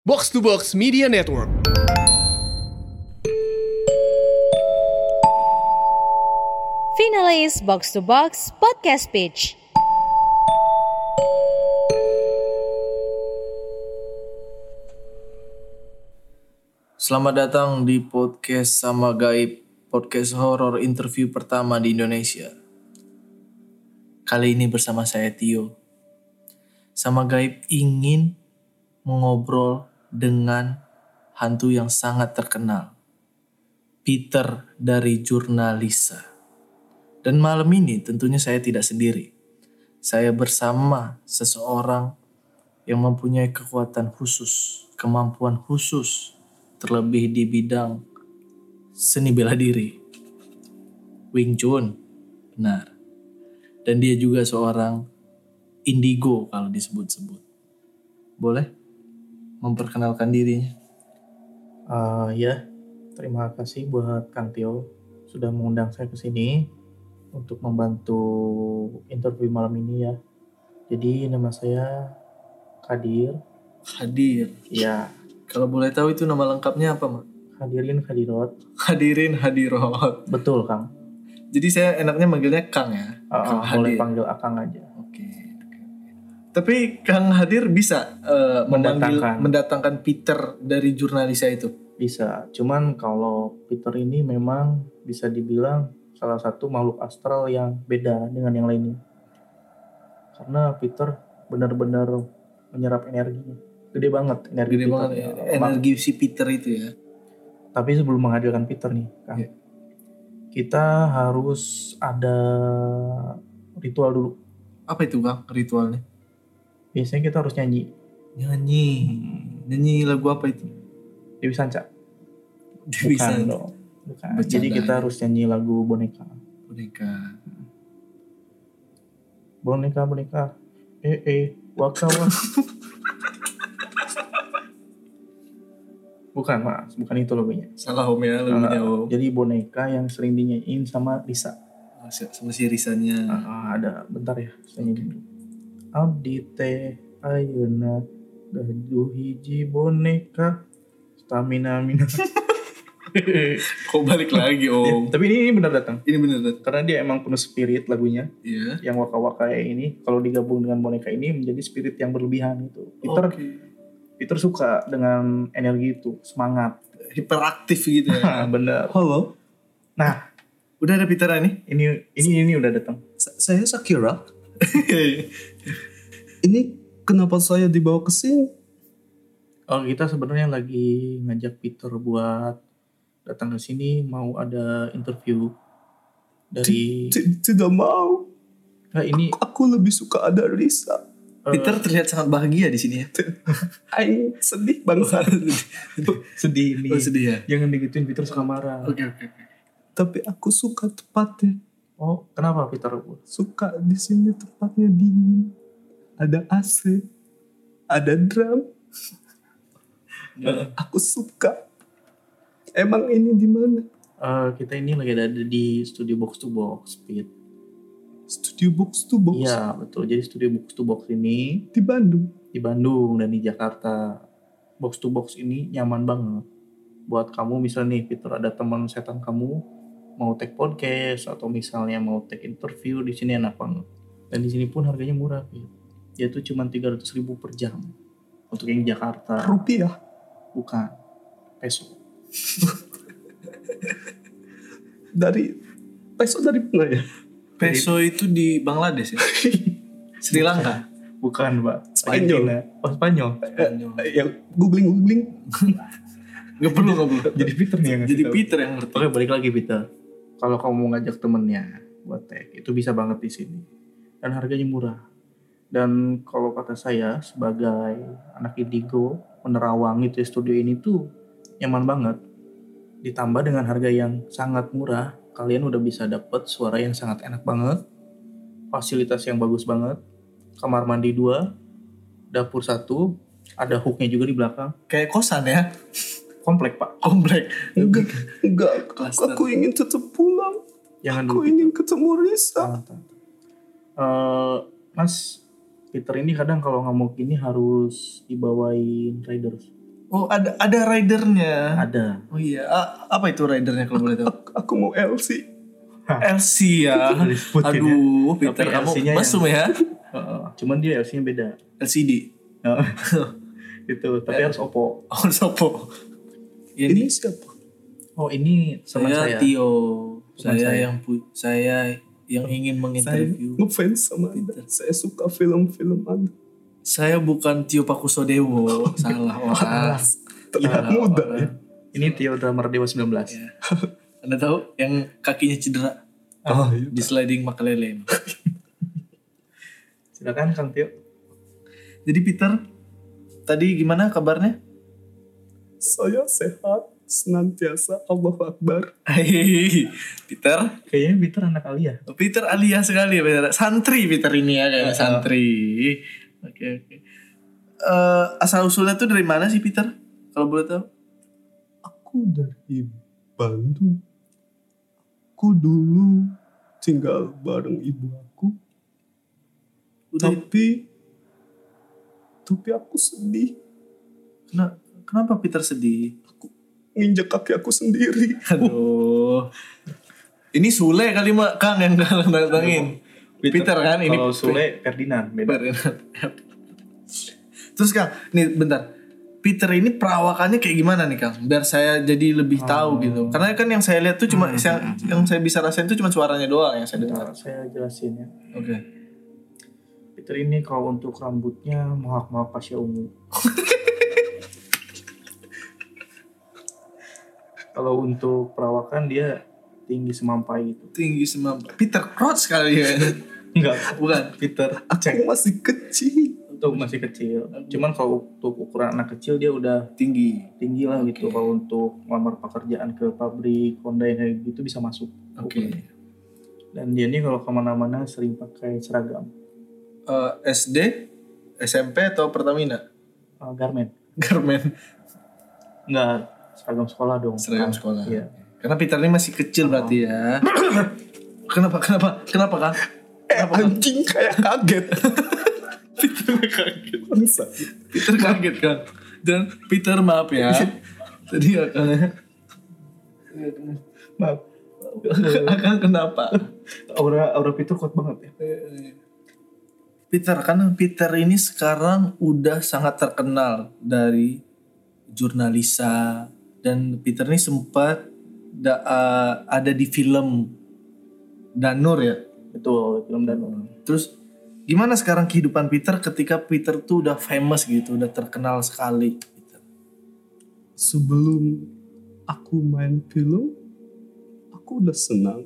Box to Box Media Network. Finalis Box to Box Podcast Page. Selamat datang di podcast Sama Gaib, podcast horor interview pertama di Indonesia. Kali ini bersama saya Tio. Sama Gaib ingin mengobrol dengan hantu yang sangat terkenal, Peter dari Jurnalisa. Dan malam ini tentunya saya tidak sendiri. Saya bersama seseorang yang mempunyai kekuatan khusus, kemampuan khusus, terlebih di bidang seni bela diri. Wing Chun, benar. Dan dia juga seorang indigo kalau disebut-sebut. Boleh memperkenalkan dirinya? Ya, terima kasih buat Kang Tio sudah mengundang saya ke sini untuk membantu interview malam ini ya. Jadi nama saya Kadir. Hadir. Ya, Kalau boleh tahu itu nama lengkapnya apa, Mak? hadirin hadirat. Hadirin Hadirot. Betul, Kang. Jadi saya enaknya manggilnya Kang ya. Kang Boleh Hadir. panggil Akang aja. Oke. Tapi Kang Hadir bisa mendatangkan Peter dari Jurnalisa itu. Bisa. Cuman kalau Peter ini memang bisa dibilang salah satu makhluk astral yang beda dengan yang lainnya. Karena Peter benar-benar menyerap energinya. Gede banget energi Gede Peter. banget ya. Energi si Peter itu ya. Tapi sebelum menghadirkan Peter nih, Kang, Iya. kita harus ada ritual dulu. Apa itu Kang ritualnya? Biasanya kita harus nyanyi. Nyanyi lagu apa itu? Dewi Sanca. Dewi Bukan Sanca. dong. Bukan. Bercanda Jadi kita aja. harus nyanyi lagu boneka. Boneka. Boneka. Waka. Bukan, Mas. Bukan itu lagunya. Salah Om ya lagunya Om. Jadi boneka yang sering dinyanyiin sama Risa. Sama si Risanya. Ada. Bentar ya. Saya nyanyi dulu. Abdi teh ayeuna dadu hiji boneka stamina mina. Kok balik lagi Om? Tapi ini benar datang. Ini bener kan? Karena dia emang penuh spirit lagunya. Iya. Yang waka-waka ini kalau digabung dengan boneka ini menjadi spirit yang berlebihan itu. Peter suka dengan energi itu, semangat. Hiperaktif gitu ya. Bener. Halo. Nah, Udah ada Peter nih? ini udah datang. Saya Shakira. Ini kenapa saya dibawa ke sini? Oh, kita sebenarnya lagi ngajak Peter buat datang ke sini, mau ada interview dari. Tidak mau. Nah, ini Aku lebih suka ada Risa. Peter terlihat sangat bahagia di sini ya. Aing sedih bangsa. sedih nih. Oh, sedih ya? Jangan digituin, Peter suka marah. Oke. Tapi aku suka tempatnya. Oh, kenapa Peter? Suka di sini tempatnya dingin. Ada AC. Ada drum. Aku suka. Emang ini di mana? Kita ini lagi ada di studio Box to Box, Pete. Studio Box to Box. Iya, betul. Jadi studio Box to Box ini Di Bandung. di Bandung dan di Jakarta. Box to Box ini nyaman banget. Buat kamu misalnya nih, Peter, ada teman setan kamu mau take podcast atau misalnya mau take interview, di sini enak banget. Dan di sini pun harganya murah, Pete. Yaitu cuma 300.000 per jam. Untuk yang Jakarta. Rupiah. Bukan. Peso. Dari peso dari mana ya? Peso itu di Bangladesh ya? Sri Lanka? Bukan, Pak. Spanyol. Argentina. Oh, Spanyol. Yang googling. Gak perlu. Jadi Peter nih yang ngasih Jadi tahu. Peter yang ngerti. Oke, balik lagi Peter. Kalau kamu mau ngajak temennya buat tag, itu bisa banget di sini. Dan harganya murah. Dan kalau kata saya sebagai anak indigo, menerawang itu studio ini tuh nyaman banget. Ditambah dengan harga yang sangat murah, kalian udah bisa dapet suara yang sangat enak banget, fasilitas yang bagus banget, kamar mandi 2, dapur 1, ada hooknya juga di belakang. Kayak kosan ya? Komplek, Pak. Komplek. Enggak. Cluster. Aku ingin tetap pulang. Jangan Aku dulu. ingin ketemu Risa. Mas, Peter ini kadang kalau nggak mau gini harus dibawain riders. Oh, ada ridernya. Ada. Oh iya, apa itu ridernya kalau boleh tahu? Aku mau LC. LC ya. Disebutin ya. Aduh, Peter Tapi kamu LC-nya mesum ya. Cuman dia LC-nya beda. LCD. Itu, tapi harus Oppo. Oh, sopo. Ya, Ini siapa? Oh, ini teman saya. Tio. Teman Saya yang ingin Saya menginterview. ngefans sama Anda. Saya suka film-film Anda. Saya bukan Tio Pakusadewo. Salah orang. Terlihat muda ya. Ini Tio drummer Dewa 19. Ya. Anda tahu yang kakinya cedera Ah, iya. di sliding Makalele. Silakan Kang Tio. Jadi Peter, tadi gimana kabarnya? Saya sehat, senantiasa, Allahu Akbar. Hei, Peter, Kayaknya Peter anak Alia. Peter alia sekali, Peter. Santri Peter ini ya, kayaknya santri. Oke. Asal usulnya tuh dari mana sih Peter? Kalau boleh tahu? Aku dari Bandung. Aku dulu tinggal bareng ibu aku. Udah. Tapi aku sedih. Kenapa Peter sedih? Nginjak kaki aku sendiri. Aduh. Ini Sule kali Mak Kang yang datangin. Peter kan ini. Kalau Sule Ferdinand beda. Terus Kang, nih bentar. Peter ini perawakannya kayak gimana nih Kang? Biar saya jadi lebih tahu gitu. Karena kan yang saya lihat tuh cuma yang saya bisa rasain tuh cuma suaranya doang yang saya dengar. Saya jelasin ya. Oke. Peter ini kalau untuk rambutnya mohak-mohak Pasha Ungu. Kalau untuk perawakan dia tinggi semampai gitu. Tinggi semampai. Peter Crouch kali ya. Enggak, Bukan. Peter Aku masih kecil. untuk masih kecil. Cuman kalau untuk ukuran anak kecil dia udah Tinggi. tinggi lah gitu. Oke. Kalau untuk ngelamar pekerjaan ke pabrik Honda yang kayak gitu bisa masuk. Oke. Dan dia ini kalau kemana-mana sering pakai seragam SD, SMP atau Pertamina? garment. Garmen. Enggak, seragam sekolah dong. Seragam sekolah. Iya. Karena Peter ini masih kecil berarti ya. Kenapa Kang? Anjing kayak kaget. Peter kaget. Bangsa. Peter kaget Kang. Dan Peter maaf ya. Tadi Akang Maaf. Akang kenapa? Aura Peter kuat banget ya. Peter, karena Peter ini sekarang udah sangat terkenal dari jurnalisa, dan Peter ini sempat ada di film Danur ya. Betul, film Danur. Terus gimana sekarang kehidupan Peter ketika Peter tuh udah famous gitu, udah terkenal sekali gitu. Sebelum aku main film, aku udah senang.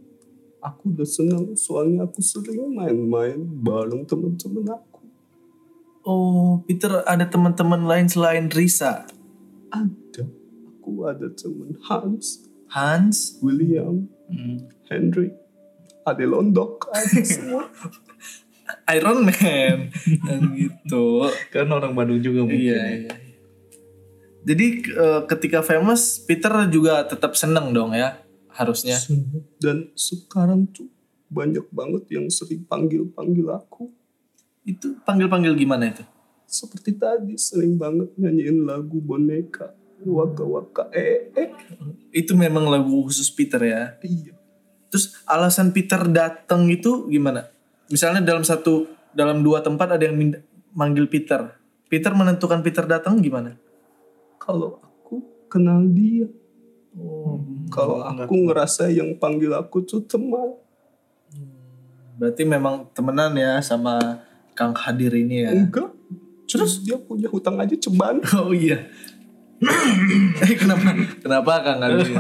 Soalnya aku sering main-main bareng teman-teman aku. Oh, Peter ada teman-teman lain selain Risa? Aku ada teman Hans? William, Hendrik, ada Londok, ada semua. Iron Man dan gitu. Kan orang Bandung juga mungkin. Iya. Jadi ketika famous Peter juga tetap seneng dong ya harusnya. Dan sekarang tuh banyak banget yang sering panggil aku. Itu panggil gimana itu? Seperti tadi sering banget nyanyiin lagu boneka. Waka waka Itu memang lagu khusus Peter ya. Iya. Terus alasan Peter datang itu gimana? Misalnya dalam 2 tempat ada yang manggil Peter. Peter menentukan Peter datang gimana? Kalau aku kenal dia. Kalau aku ngerasa yang panggil aku tuh teman. Berarti memang temenan ya sama Kang Hadir ini ya. Enggak. Terus dia punya hutang aja ceban. Oh iya. Kenapa Kang Hadir?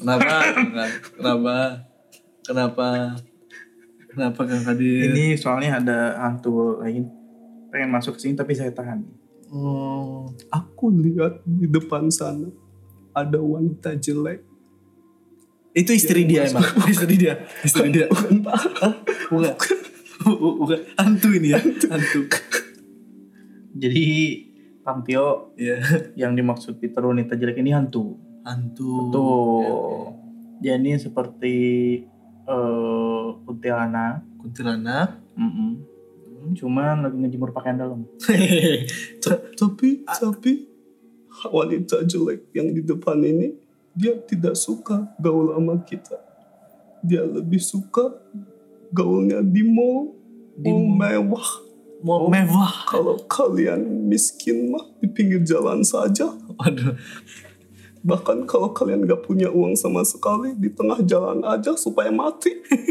Kenapa Kang Hadir? Ini soalnya ada hantu lain pengen masuk ke sini tapi saya tahan. Aku lihat di depan sana ada wanita jelek. Itu istri dia emang. Istri dia. Bukan. Hantu ini ya. Hantu. Jadi Kang Tio Ya. yang dimaksud Peter wanita jelek ini hantu. Tuh. Dia ini seperti kuntilanak. Kuntilanak. Cuman lagi ngejemur pakaian dalam. Tapi wanita jelek yang di depan ini, dia tidak suka gaul sama kita. Dia lebih suka gaulnya di mall. Mewah. Mau mewah. Kalau kalian miskin mah di pinggir jalan saja. Waduh. Bahkan kalau kalian gak punya uang sama sekali, di tengah jalan aja supaya mati.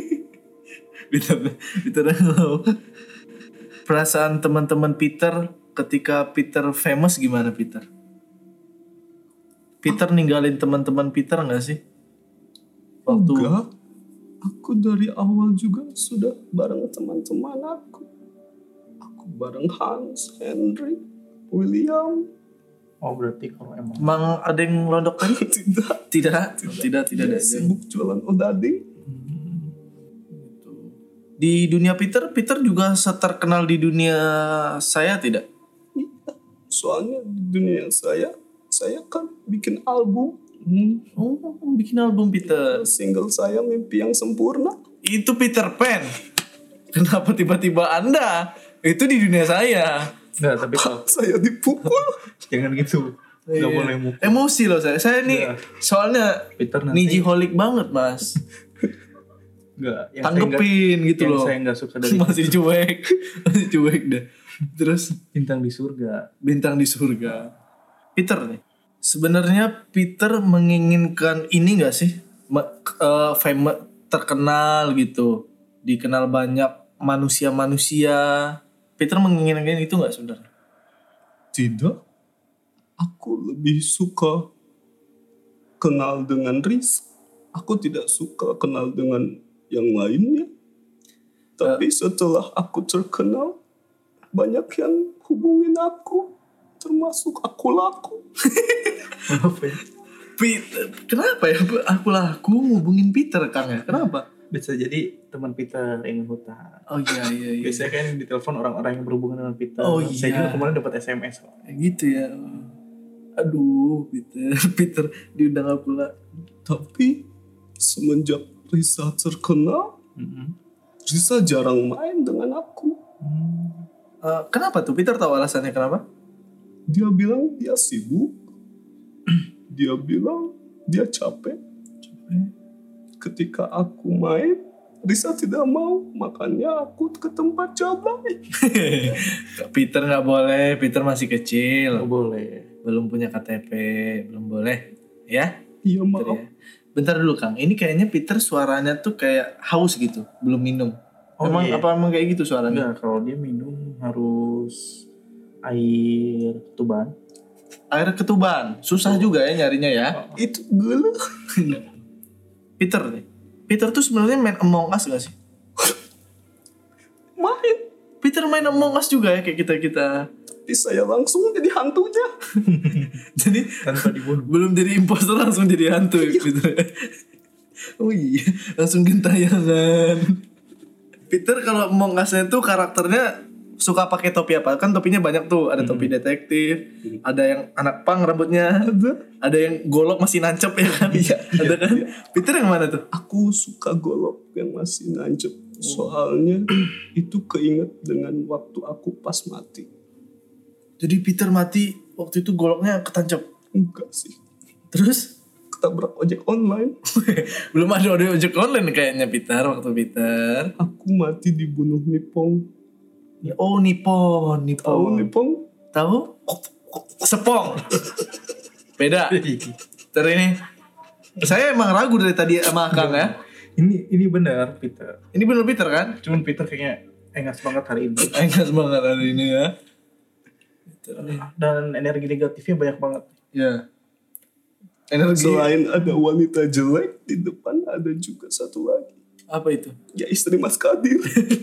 Peter perasaan teman-teman Peter ketika Peter famous gimana Peter? Peter ninggalin teman-teman Peter nggak sih? Waktu Enggak. Aku dari awal juga sudah bareng teman-teman aku. Aku bareng Hans, Henry, William. Oh berarti kalau emang ada yang londok tadi? Tidak. Tidak Dia ada. sibuk jualan odading. Di dunia Peter juga terkenal di dunia saya tidak? Soalnya di dunia saya kan bikin album. Oh, bikin album Peter. Single saya Mimpi Yang Sempurna. Itu Peter Pan. Kenapa tiba-tiba Anda? Itu di dunia saya. enggak, tapi kalau Saya dipukul. jangan gitu. Enggak Iya. boleh mukul. Emosi loh saya. Saya nih Iya. soalnya Peter nanti nijiholic banget mas. enggak yang Tanggepin gitu yang loh. saya enggak suka dari Masih cuek dah. Terus bintang di surga. bintang di surga. Peter nih. Sebenarnya Peter menginginkan ini gak sih? Famous, terkenal gitu. Dikenal banyak manusia-manusia. Peter menginginkan itu gak sebenarnya? Tidak. Aku lebih suka kenal dengan Riz. Aku tidak suka kenal dengan yang lainnya. Tapi setelah aku terkenal, banyak yang hubungin aku. Termasuk aku laku. Kenapa ya? Peter, kenapa ya aku laku ngubungin Peter Kang ya? Kenapa? Bisa jadi teman Peter yang hutan. Oh iya. Biasanya kan yang ditelepon orang-orang yang berhubungan dengan Peter. Oh, Saya iya. juga kemarin dapat SMS. Gitu ya. Aduh, Peter diundang aku lah. Tapi semenjak Risa terkenal, Risa jarang main dengan aku. Kenapa tuh? Peter tahu alasannya kenapa? Dia bilang dia sibuk. Dia bilang dia capek. Ketika aku main, Risa tidak mau. Makanya aku ke tempat cabai. Peter nggak boleh. Peter masih kecil. Nggak boleh. Belum punya KTP. Belum boleh. Ya? Iya Peter maaf. ya. Bentar dulu Kang. Ini kayaknya Peter suaranya tuh kayak haus gitu. Belum minum. Oh, emang iya. apa emang kayak gitu suaranya? Enggak, kalau dia minum harus air tuban. Air ketuban. Susah juga ya nyarinya ya. Itu gula. Peter nih. Peter tuh sebenarnya main Among Us gak sih? Main. Peter main Among Us juga ya kayak kita. Tapi saya langsung jadi hantunya. Jadi Tanpa dibunuh. belum jadi imposter langsung jadi hantu gitu. Oh iya, langsung gentayangan. Peter kalau Among Us-nya tuh karakternya suka pakai topi apa? Kan topinya banyak tuh, ada topi detektif, ada yang anak pang rambutnya, ada yang golok masih nancep ya kan? Ada kan? Peter yang mana tuh? Aku suka golok yang masih nancep. Soalnya itu keinget dengan waktu aku pas mati. Jadi Peter mati waktu itu goloknya ketancap. Enggak sih. Terus Ketabrak ojek online. belum ada ojek online kayaknya Peter waktu Peter. Aku mati dibunuh Nipong. Oh Nippon. Tahu Nipong? Tahu? Sepong. Beda. Peter ini. Saya emang ragu dari tadi sama Kang ya. Ini benar Peter. Ini bener Peter kan? Cuman Peter kayaknya engas banget hari ini. Enggak semangat hari ini ya. Dan energi negatifnya banyak banget. Ya. Energi. Selain ada wanita jelek, di depan ada juga satu lagi. Apa itu? Ya istri Mas Kadir.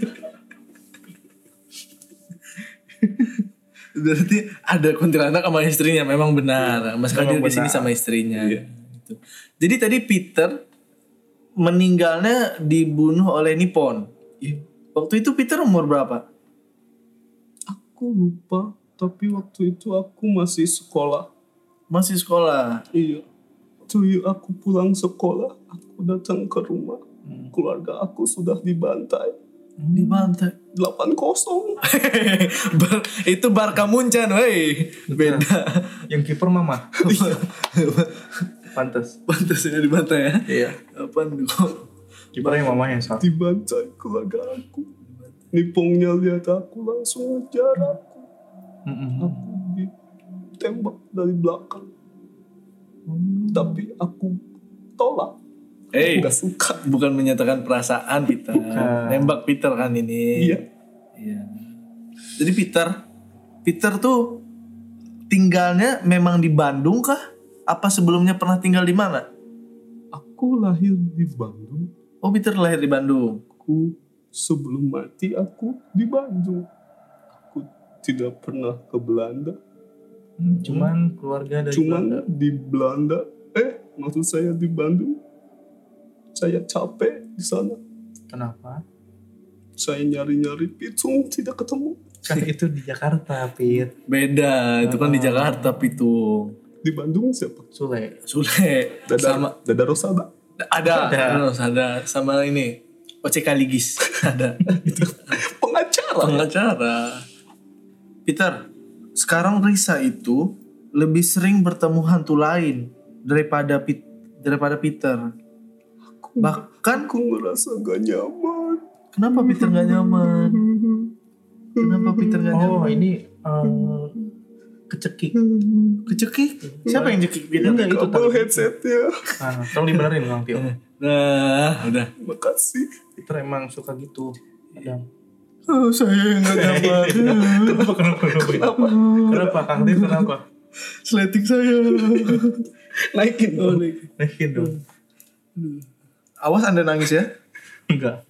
Berarti ada kuntilanak sama istrinya, memang benar. Mas Kadir Memang kesini benar. sama istrinya. Gitu. Jadi tadi Peter meninggalnya dibunuh oleh Nippon. Waktu itu Peter umur berapa? Aku lupa, tapi waktu itu aku masih sekolah. Masih sekolah. Iya. Waktu aku pulang sekolah, aku datang ke rumah. Keluarga aku sudah dibantai. Dibantai. 8-0. Itu Barca Munchen, woi. Beda. Yang kiper Mama. Pantes. Pantasnya dibantai ya. Iya. Apaan kok? Kipernya Mama yang salah. Dibantai keluarga aku. Nipongnya lihat aku langsung ngejar aku. Aku ditembak dari belakang. Tapi aku tolak. Aku gak suka. Bukan menyatakan perasaan Peter. Nembak Peter kan ini. Iya. Jadi Peter tuh tinggalnya memang di Bandung kah? Apa sebelumnya pernah tinggal di mana? Aku lahir di Bandung. Oh, Peter lahir di Bandung. Aku sebelum mati aku di Bandung. Aku tidak pernah ke Belanda. Cuman keluarga dari Cuman di Belanda. Maksud saya di Bandung. Saya capek di sana. Kenapa? Saya nyari-nyari pitung tidak ketemu. Kan itu di Jakarta, Pit. Beda, itu kan di Jakarta Pitung. Di Bandung siapa? Sule. Sama Dada Rosada. ada sama ini OCK Ligis ada. Pengacara. Peter, sekarang Risa itu lebih sering bertemu hantu lain daripada Peter. Bahkan Aku ngerasa gak nyaman. kenapa Peter gak nyaman? Oh, ini kecekik. Kecekik? Siapa yang cekik Peter? Enggak, itu Kabel tadi. headsetnya. Tolong dibenerin Kang Tio. Nah, udah. Makasih. Peter emang suka gitu. Kadang. Oh, saya yang gak nyaman. Kenapa Kang Tio kenapa? Sleting saya. Naikin. Naikin dong. Awas Anda nangis ya. Enggak.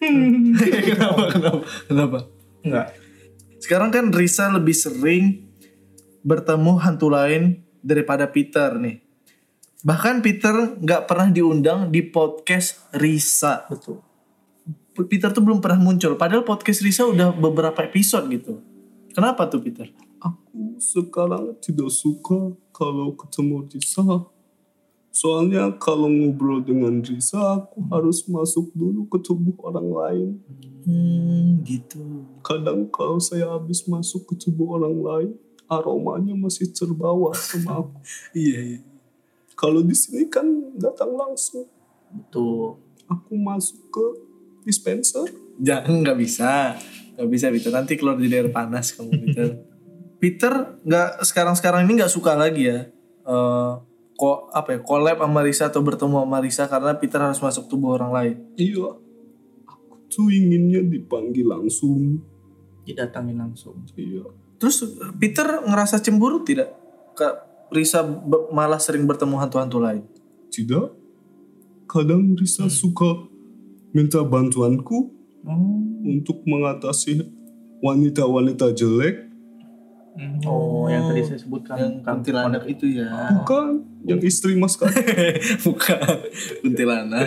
Kenapa? Enggak. Sekarang kan Risa lebih sering bertemu hantu lain daripada Peter nih. Bahkan Peter gak pernah diundang di podcast Risa. Betul. Peter tuh belum pernah muncul. Padahal podcast Risa udah beberapa episode gitu. Kenapa tuh Peter? Aku sekarang tidak suka kalau ketemu Risa. Soalnya kalau ngobrol dengan Risa, aku harus masuk dulu ke tubuh orang lain. Gitu. Kadang kalau saya habis masuk ke tubuh orang lain, aromanya masih terbawa sama aku. Iya. Kalau di sini kan datang langsung. Betul. Aku masuk ke dispenser. Jangan, nggak bisa Peter. Nanti keluar di daerah panas kamu Peter. Peter nggak sekarang ini nggak suka lagi ya. Collab sama Risa atau bertemu sama Risa karena Peter harus masuk tubuh orang lain. Iya. Aku tuh inginnya dipanggil langsung. Didatangin langsung. Iya. Terus Peter ngerasa cemburu tidak? Risa malah sering bertemu hantu-hantu lain. Tidak. Kadang Risa suka minta bantuanku untuk mengatasi wanita-wanita jelek. Oh, yang tadi saya sebutkan. Yang kuntilanak itu ya. Bukan. Yang istri mas kan. Bukan. Kuntilanak.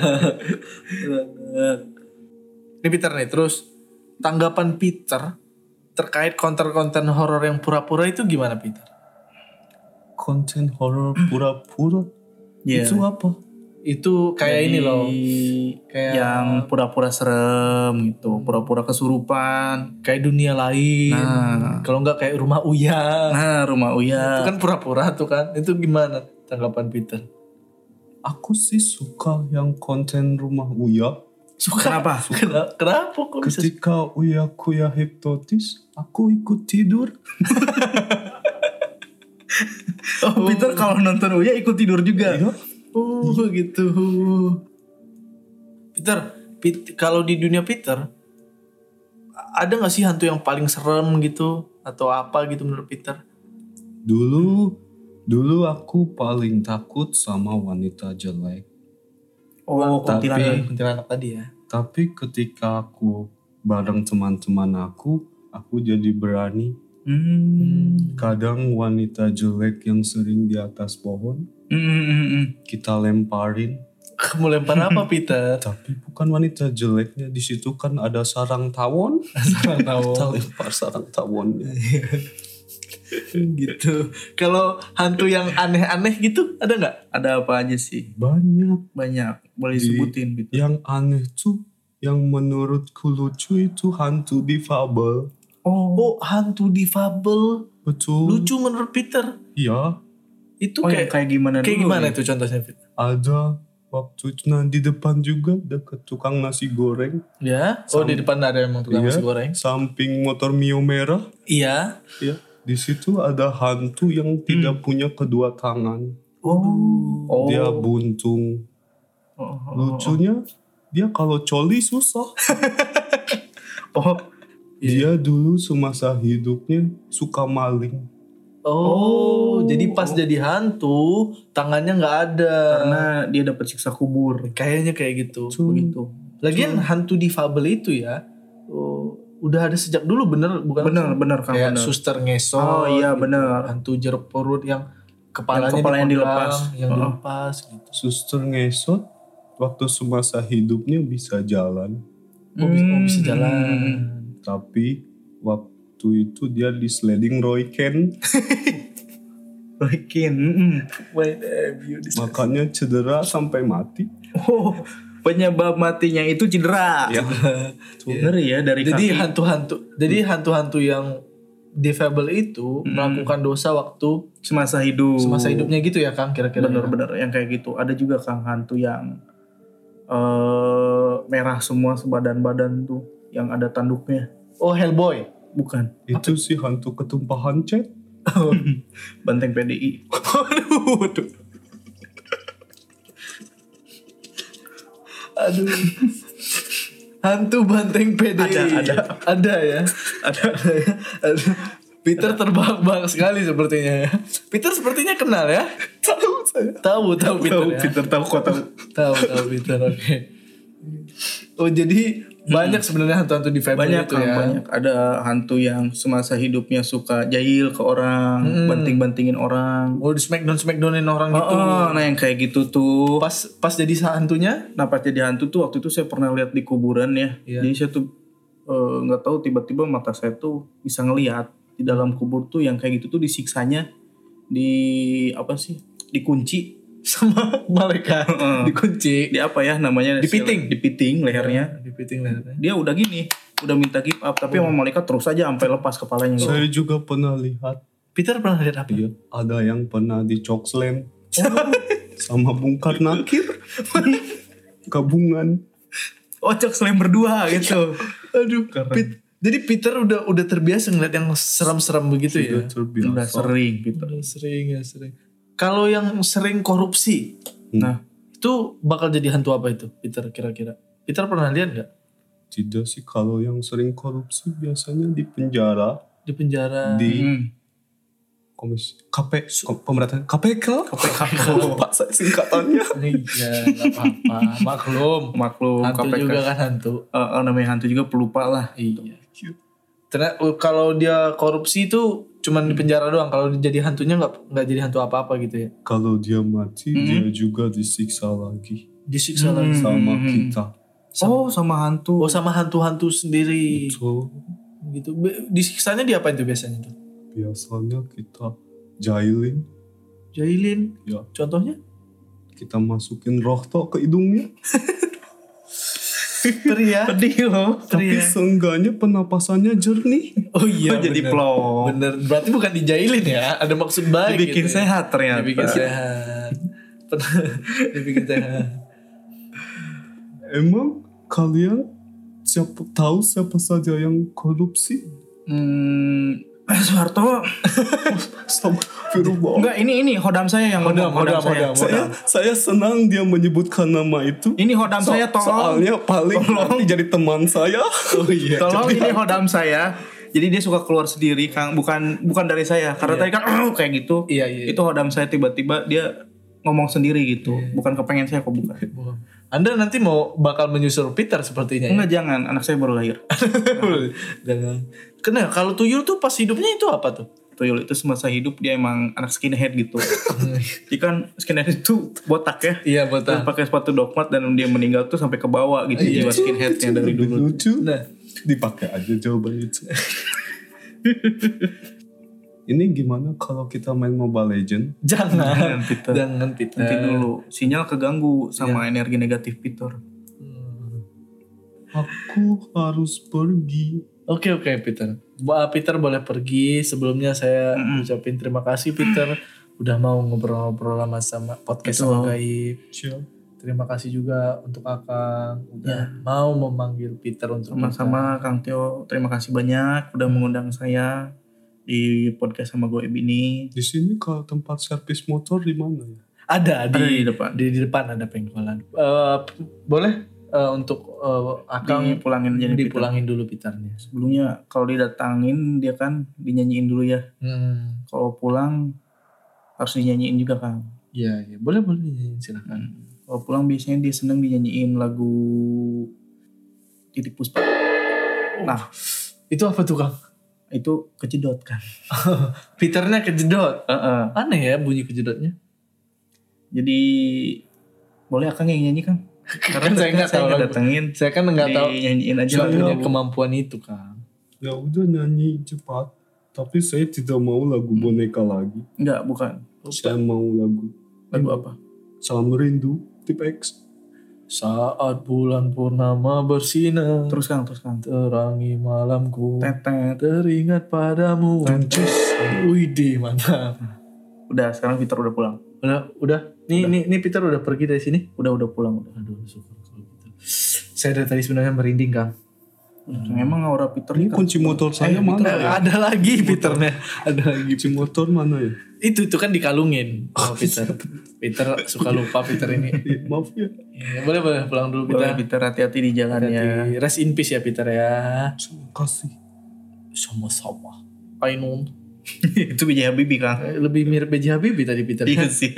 Ini Peter nih. Terus tanggapan Peter terkait konten-konten horor yang pura-pura itu gimana Peter? Konten horor pura-pura. Itu apa? Itu kayak Jadi, ini loh. Kayak yang pura-pura serem gitu, pura-pura kesurupan, kayak dunia lain. Nah, kalau nggak kayak Rumah Uya. Nah, Rumah Itu Uya. kan pura-pura tuh kan. Itu gimana tanggapan Peter? Aku sih suka yang konten rumah Uya. Suka? Kenapa? Kenapa kok bisa? Ketika Uya Kuya hipnotis, aku ikut tidur. Oh, Peter kalau nonton Uya ikut tidur juga. Iya. Oh gitu. Peter, kalau di dunia Peter ada nggak sih hantu yang paling serem gitu atau apa gitu menurut Peter? Dulu aku paling takut sama wanita jelek. Oh, Tapi- kuntilanak tadi ya. Tapi ketika aku bareng teman-teman aku jadi berani. Kadang wanita jelek yang sering di atas pohon, kita lemparin. Kamu lempar apa Peter? Tapi bukan wanita jeleknya, di situ kan ada sarang tawon. Kita lempar sarang tawonnya. Gitu. Kalau hantu yang aneh-aneh gitu ada nggak? Ada apa aja sih? Banyak. Banyak. Boleh Di- sebutin gitu. Yang aneh tuh Yang menurutku lucu itu hantu difabel. Oh, hantu difabel. Betul. Lucu menurut Peter. Iya. Itu Yang kayak gimana kayak dulu gimana nih? itu contohnya, Fit? Ada waktu itu, nah di depan juga deket tukang nasi goreng. Ya. Oh, di depan ada emang tukang nasi goreng. Samping motor Mio merah. Iya. Iya. Di situ ada hantu yang tidak punya kedua tangan. Oh. Dia buntung. Lucunya dia kalau coli susah. Oh, Dia dulu semasa hidupnya suka maling. Oh, jadi pas jadi hantu tangannya nggak ada. karena dia dapat siksa kubur. Kayaknya kayak gitu. Begitu. Lagian hantu difabel itu ya, udah ada sejak dulu bener bukan? Bener Kang, Kayak bener. suster ngesot. Oh iya, gitu. bener. Hantu jeruk perut yang kepalanya Yang dipenggal, dilepas. yang Oh. dilepas gitu. Suster ngesot waktu semasa hidupnya bisa jalan. Oh, bisa jalan. Tapi waktu itu dia di sliding Roy Ken. Bikin. Wait, you this- Makanya cedera sampai mati. Oh, penyebab matinya itu cedera. Ya. Ngeri ya dari Jadi kaki. hantu-hantu yang difabel itu melakukan dosa waktu semasa hidup. semasa hidupnya gitu ya, Kang, kira-kira. Bener-bener yang kayak gitu. Ada juga Kang hantu yang merah semua sebadan-badan tuh, yang ada tanduknya. Oh, Hellboy. Bukan. Itu sih hantu ketumpahan cat. Banteng PDI. Aduh. Hantu banteng PDI. Ada ya. Ada. Peter terbahak-bahak sekali sepertinya ya. Peter sepertinya kenal ya. Tahu saya. Tahu Peter ya. Peter tahu kok tahu. Tahu Peter, oke. Oh, jadi banyak sebenarnya hantu-hantu di Fable Banyak itu Kang, ya. banyak. Ada hantu yang semasa hidupnya suka jahil ke orang, banting-bantingin orang. Oh, di smackdownin orang gitu. Nah yang kayak gitu tuh. Pas jadi hantunya, Nah pas jadi hantu tuh waktu itu saya pernah lihat di kuburan ya. Iya. Jadi saya tuh nggak tahu tiba-tiba mata saya tuh bisa ngelihat di dalam kubur tuh yang kayak gitu tuh disiksanya di apa sih? Dikunci sama malaikat dikunci, di apa ya namanya? Dipiting. Dipiting lehernya. dipiting lehernya. Dia udah gini, udah minta give up tapi sama malaikat terus aja sampai lepas kepalanya. Saya juga pernah lihat. Peter pernah lihat apa? Iya, ada yang pernah di Cok Slam sama Bungkar Nakir. Gabungan. Ocok selain berdua gitu. Aduh, jadi Peter udah terbiasa ngeliat yang seram-seram begitu ya. Sudah terbiasa. Udah sering gitu. Udah sering. Kalau yang sering korupsi, Nah, itu bakal jadi hantu apa itu, Peter kira-kira? Peter pernah lihat nggak? Tidak sih, kalau yang sering korupsi biasanya di penjara. Di penjara. Di komisi pemerintahan KPK. Lupa saya singkatannya. Iya, nggak apa-apa. Maklum. Hantu KPK. juga kan hantu. Namanya hantu juga pelupa lah. Iya. Ternyata kalau dia korupsi itu cuman di penjara doang. Kalau jadi hantunya nggak jadi hantu apa-apa gitu ya. Kalau dia mati, dia juga disiksa lagi Disiksa lagi. sama kita. Sama hantu. Oh, sama hantu-hantu sendiri. So, Gitu. Disiksanya di apa itu biasanya tuh? biasanya kita jahilin, Jahilin. ya Contohnya? kita masukin rohto ke hidungnya. Teriak. Pedih loh. Tapi seenggaknya penapasannya jernih. Oh iya, jadi bener. plong. Bener. Berarti bukan dijailin ya. Ada maksud baik. Dibikin gitu ya. sehat ternyata. Dibikin sehat. Dibikin sehat. Emang kalian tahu siapa saja yang korupsi? Soeharto. Astagfirullah. Enggak, ini hodam saya yang ngomong. Hodam saya. Saya senang dia menyebutkan nama itu. Ini hodam saya, tolong. Soalnya paling nanti jadi teman saya. Oh iya. Tolong, ini hodam saya. Jadi dia suka keluar sendiri, Kang. Bukan dari saya. Karena tadi kan kayak gitu. Iya. Itu hodam saya tiba-tiba dia ngomong sendiri gitu. Bukan kepengen saya kok, bukan. Anda nanti bakal menyusul Peter sepertinya ya? Enggak, jangan. Anak saya baru lahir. Jangan. Karena kalau tuyul tuh pas hidupnya itu apa tuh? Tuyul itu semasa hidup dia emang anak skinhead gitu. Jadi kan skinhead itu botak ya. Iya, Terus botak. pakai sepatu dogmat dan dia meninggal tuh sampai ke bawah gitu jiwa skinheadnya dari Lebih dulu. lucu. Nah, Dipakai aja jawaban itu. Ini gimana kalau kita main Mobile Legend? jangan. Peter. Jangan Peter. Nanti dulu sinyal keganggu sama energi negatif Peter. Aku harus pergi. Oke Peter. Peter boleh pergi. Sebelumnya saya ucapin terima kasih Peter udah mau ngobrol-ngobrol sama podcast sama Gaib. Siap. Terima kasih juga untuk Akang udah mau memanggil Peter untuk Sama-sama Kang Tio, terima kasih banyak udah mengundang saya di podcast sama Goib ini. Di sini kalau tempat servis motor di mana ya? Ada di depan. Di depan ada pengkolan. Boleh untuk Akang Dipulangin jadi dipulangin dulu Peternya. Sebelumnya kalau didatangin dia kan dinyanyiin dulu ya. Kalau pulang harus dinyanyiin juga Kang. Iya, boleh silakan. Kalau pulang biasanya dia seneng dinyanyiin lagu Titik Puspa. Nah, itu apa tuh Kang? itu kejedot kan. Peternya kejedot. Aneh ya bunyi kejedotnya. Jadi boleh Akang yang nyanyi Kang? Karena saya nggak tahu datengin. Saya kan nggak tahu. Nyanyiin aja Saya punya lagu. kemampuan itu Kang. Ya udah nyanyi cepat. Tapi saya tidak mau lagu boneka lagi. Enggak, bukan. Saya mau lagu Apa? Salam Rindu Tip X. Saat bulan purnama bersinar, Terus Kang. terangi malamku, Tetet. teringat padamu. Widih mantap. Udah, sekarang Peter udah pulang. Udah. Nih Peter udah pergi dari sini. Udah pulang. Udah. Aduh syukur kalau gitu. Saya dari tadi sebenarnya merinding Kang. Emang aura Peter Ini kunci motor saya mana ya? Ada lagi Peternya. Ada lagi. Kunci motor mana ya? Itu kan dikalungin sama Peter. Peter suka lupa Peter ini. Maaf ya. Ya, boleh pulang dulu Boleh, Peter. Peter hati-hati di jalannya. Rest in peace ya Peter ya. Terima kasih. Sama-sama. Ainun. Itu B.J. Habibie Kang. Lebih mirip B.J. Habibie tadi Peter. Iya sih.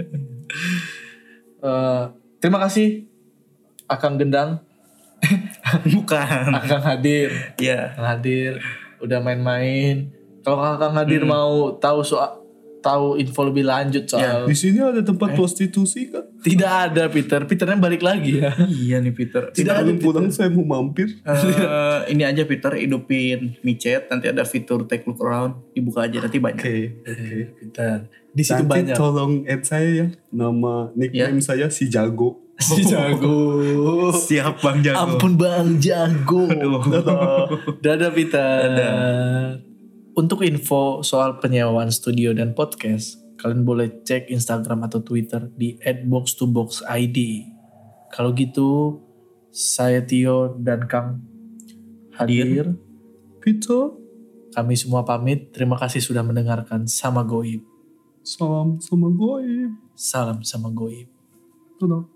Terima kasih Akang Gendang. Bukan. Akang hadir. Iya. Akang hadir. Udah main-main. Kalau Akang hadir mau tahu info lebih lanjut soal Di sini ada tempat prostitusi kan? tidak ada Peter. Peternya balik lagi ya. Iya nih Peter. Sebelum pulang saya mau mampir. Ini aja Peter hidupin micet, nanti ada fitur take look around, dibuka aja nanti banyak. Oke. Peter. Di situ Nanti banyak. tolong add saya ya. Nama nickname saya si Jago. Si Jago. Siap Bang Jago. Ampun Bang Jago. Dadah Peter. Dadah. Untuk info soal penyewaan studio dan podcast, kalian boleh cek Instagram atau Twitter di @box2boxid. Kalau gitu, saya Tio dan Kang hadir. Peter. Kami semua pamit. Terima kasih sudah mendengarkan Sama Goib. Salam sama Goib. Salam sama Goib. Dadah.